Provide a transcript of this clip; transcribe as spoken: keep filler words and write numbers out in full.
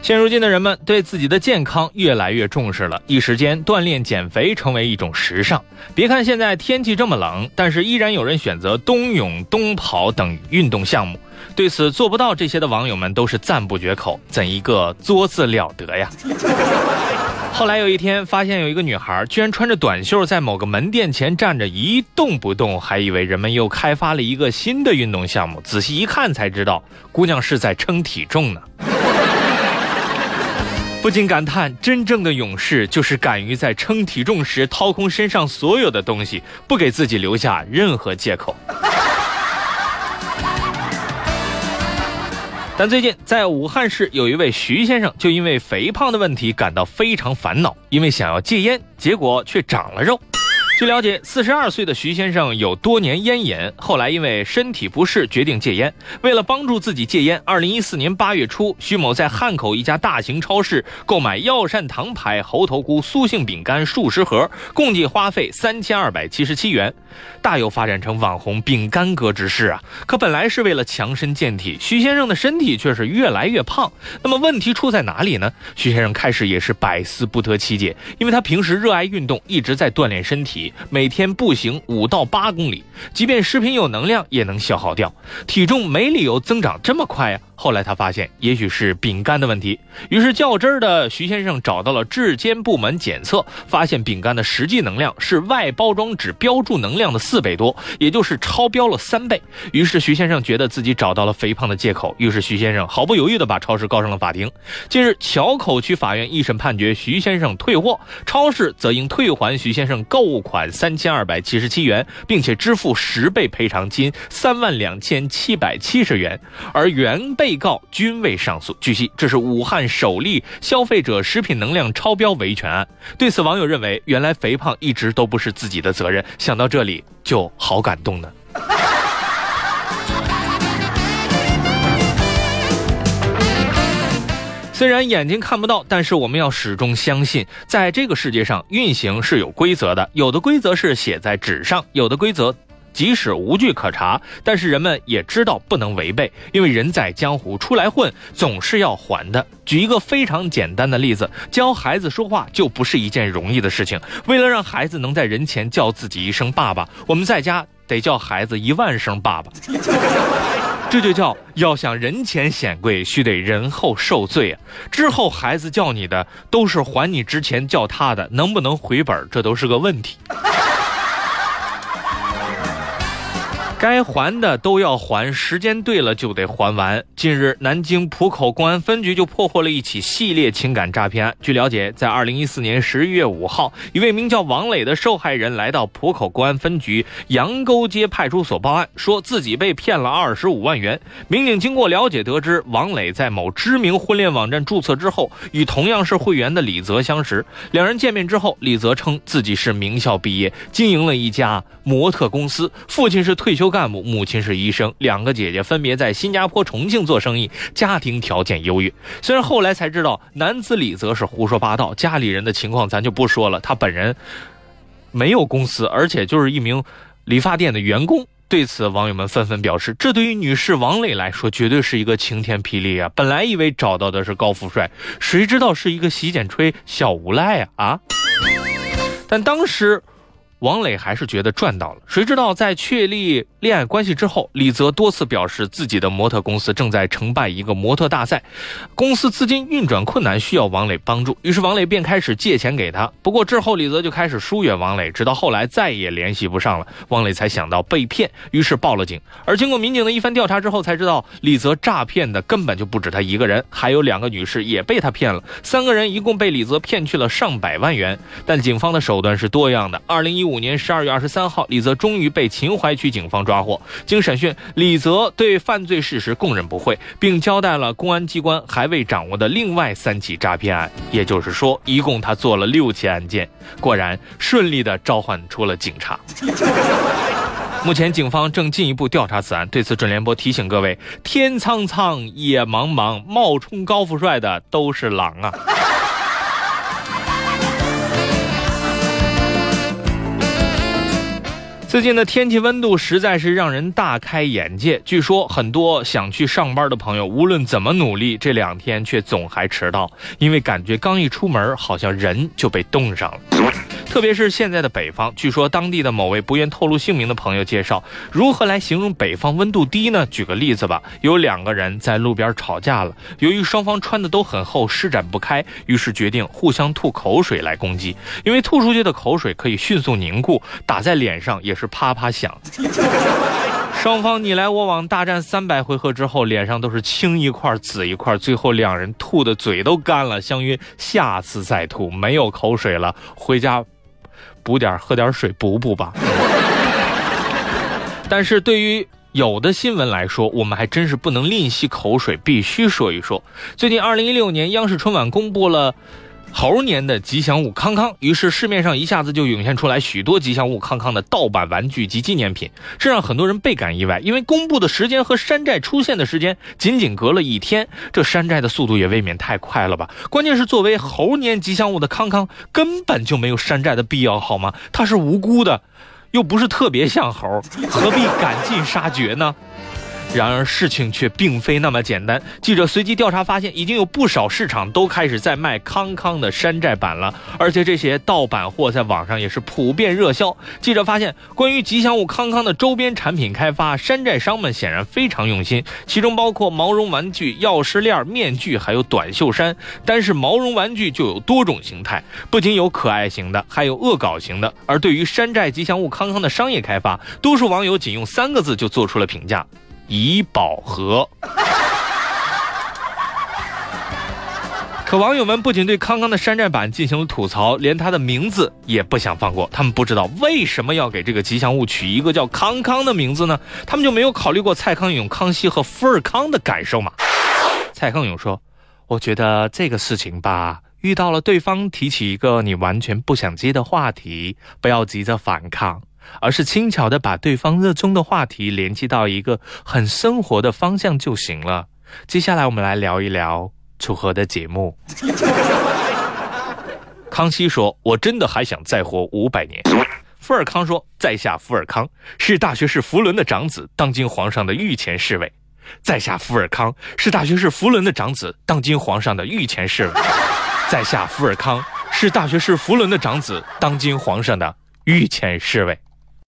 现如今的人们对自己的健康越来越重视了，一时间锻炼减肥成为一种时尚。别看现在天气这么冷，但是依然有人选择冬泳、冬跑等运动项目。对此做不到这些的网友们都是赞不绝口，怎一个作字了得呀！后来有一天发现有一个女孩居然穿着短袖在某个门店前站着一动不动，还以为人们又开发了一个新的运动项目，仔细一看才知道姑娘是在称体重呢。不禁感叹，真正的勇士就是敢于在称体重时掏空身上所有的东西，不给自己留下任何借口。但最近在武汉市有一位徐先生就因为肥胖的问题感到非常烦恼，因为想要戒烟，结果却长了肉。据了解，四十二岁的徐先生有多年烟瘾，后来因为身体不适决定戒烟。为了帮助自己戒烟，二零一四年八月初，徐某在汉口一家大型超市购买药膳堂牌猴头菇酥性饼干数十盒，共计花费三千二百七十七元，大有发展成网红饼干哥之势啊！可本来是为了强身健体，徐先生的身体却是越来越胖。那么问题出在哪里呢？徐先生开始也是百思不得其解，因为他平时热爱运动，一直在锻炼身体，每天步行五到八公里，即便食品有能量也能消耗掉，体重没理由增长这么快啊！后来他发现也许是饼干的问题，于是较真儿的徐先生找到了质监部门检测，发现饼干的实际能量是外包装纸标注能量的四倍多，也就是超标了三倍。于是徐先生觉得自己找到了肥胖的借口，于是徐先生毫不犹豫地把超市告上了法庭。近日桥口区法院一审判决徐先生退货，超市则应退还徐先生购物款三千二百七十七元，并且支付十倍赔偿金三万两千七百七十元，而原被告均未上诉。据悉，这是武汉首例消费者食品能量超标维权案。对此，网友认为，原来肥胖一直都不是自己的责任，想到这里就好感动呢。虽然眼睛看不到，但是我们要始终相信，在这个世界上运行是有规则的，有的规则是写在纸上，有的规则即使无据可查，但是人们也知道不能违背，因为人在江湖，出来混总是要还的。举一个非常简单的例子，教孩子说话就不是一件容易的事情。为了让孩子能在人前叫自己一声爸爸，我们在家得叫孩子一万声爸爸。这就叫要想人前显贵，须得人后受罪啊！之后孩子叫你的都是还你之前叫他的，能不能回本，这都是个问题。该还的都要还，时间对了就得还完。近日，南京浦口公安分局就破获了一起系列情感诈骗案。据了解，在二零一四年十一月五号，一位名叫王磊的受害人来到浦口公安分局杨沟街派出所报案，说自己被骗了二十五万元。民警经过了解得知，王磊在某知名婚恋网站注册之后，与同样是会员的李泽相识。两人见面之后，李泽称自己是名校毕业，经营了一家模特公司，父亲是退休干部，母亲是医生，两个姐姐分别在新加坡、重庆做生意，家庭条件优越。虽然后来才知道男子李泽是胡说八道，家里人的情况咱就不说了，他本人没有公司，而且就是一名理发店的员工。对此，网友们纷纷表示，这对于女士王磊来说绝对是一个晴天霹雳啊！本来以为找到的是高富帅，谁知道是一个洗剪吹小无赖啊！啊！但当时王磊还是觉得赚到了，谁知道在确立恋爱关系之后，李泽多次表示自己的模特公司正在承办一个模特大赛，公司资金运转困难，需要王磊帮助，于是王磊便开始借钱给他。不过之后李泽就开始疏远王磊，直到后来再也联系不上了，王磊才想到被骗，于是报了警。而经过民警的一番调查之后，才知道李泽诈骗的根本就不止他一个人，还有两个女士也被他骗了，三个人一共被李泽骗去了上百万元。但警方的手段是多样的。二零一五年十二月二十三号，李泽终于被秦淮区警方抓获。经审讯，李泽对犯罪事实供认不讳，并交代了公安机关还未掌握的另外三起诈骗案，也就是说，一共他做了六起案件。果然顺利地召唤出了警察。目前警方正进一步调查此案，对此准联播提醒各位，天苍苍野茫茫，冒充高富帅的都是狼啊。 最近的天气温度实在是让人大开眼界，据说很多想去上班的朋友无论怎么努力，这两天却总还迟到，因为感觉刚一出门好像人就被冻上了。特别是现在的北方，据说当地的某位不愿透露姓名的朋友介绍，如何来形容北方温度低呢？举个例子吧，有两个人在路边吵架了，由于双方穿的都很厚，施展不开，于是决定互相吐口水来攻击，因为吐出去的口水可以迅速凝固，打在脸上也是啪啪响。双方你来我往大战三百回合之后，脸上都是青一块紫一块，最后两人吐的嘴都干了，相约下次再吐，没有口水了，回家补点喝点水补补吧。但是对于有的新闻来说，我们还真是不能吝惜口水，必须说一说。最近二零一六年央视春晚公布了猴年的吉祥物康康，于是市面上一下子就涌现出来许多吉祥物康康的盗版玩具及纪念品，这让很多人倍感意外，因为公布的时间和山寨出现的时间仅仅隔了一天，这山寨的速度也未免太快了吧。关键是作为猴年吉祥物的康康根本就没有山寨的必要，好吗？他是无辜的，又不是特别像猴，何必赶尽杀绝呢？然而事情却并非那么简单，记者随机调查发现，已经有不少市场都开始在卖康康的山寨版了，而且这些盗版货在网上也是普遍热销。记者发现，关于吉祥物康康的周边产品开发，山寨商们显然非常用心，其中包括毛绒玩具、钥匙链、面具，还有短袖衫。单是毛绒玩具就有多种形态，不仅有可爱型的，还有恶搞型的。而对于山寨吉祥物康康的商业开发，多数网友仅用三个字就做出了评价：怡宝盒。可网友们不仅对康康的山寨版进行了吐槽，连他的名字也不想放过。他们不知道为什么要给这个吉祥物取一个叫康康的名字呢？他们就没有考虑过蔡康永、康熙和福尔康的感受吗？蔡康永说，我觉得这个事情吧，遇到了对方提起一个你完全不想接的话题，不要急着反抗，而是轻巧地把对方热衷的话题联系到一个很生活的方向就行了。接下来我们来聊一聊楚河的节目。康熙说，我真的还想再活五百年。福尔康说，在下福尔康，是大学士福伦的长子，当今皇上的御前侍卫。在下福尔康，是大学士福伦的长子，当今皇上的御前侍卫。在下福尔康，是大学士福伦的长子，当今皇上的御前侍卫。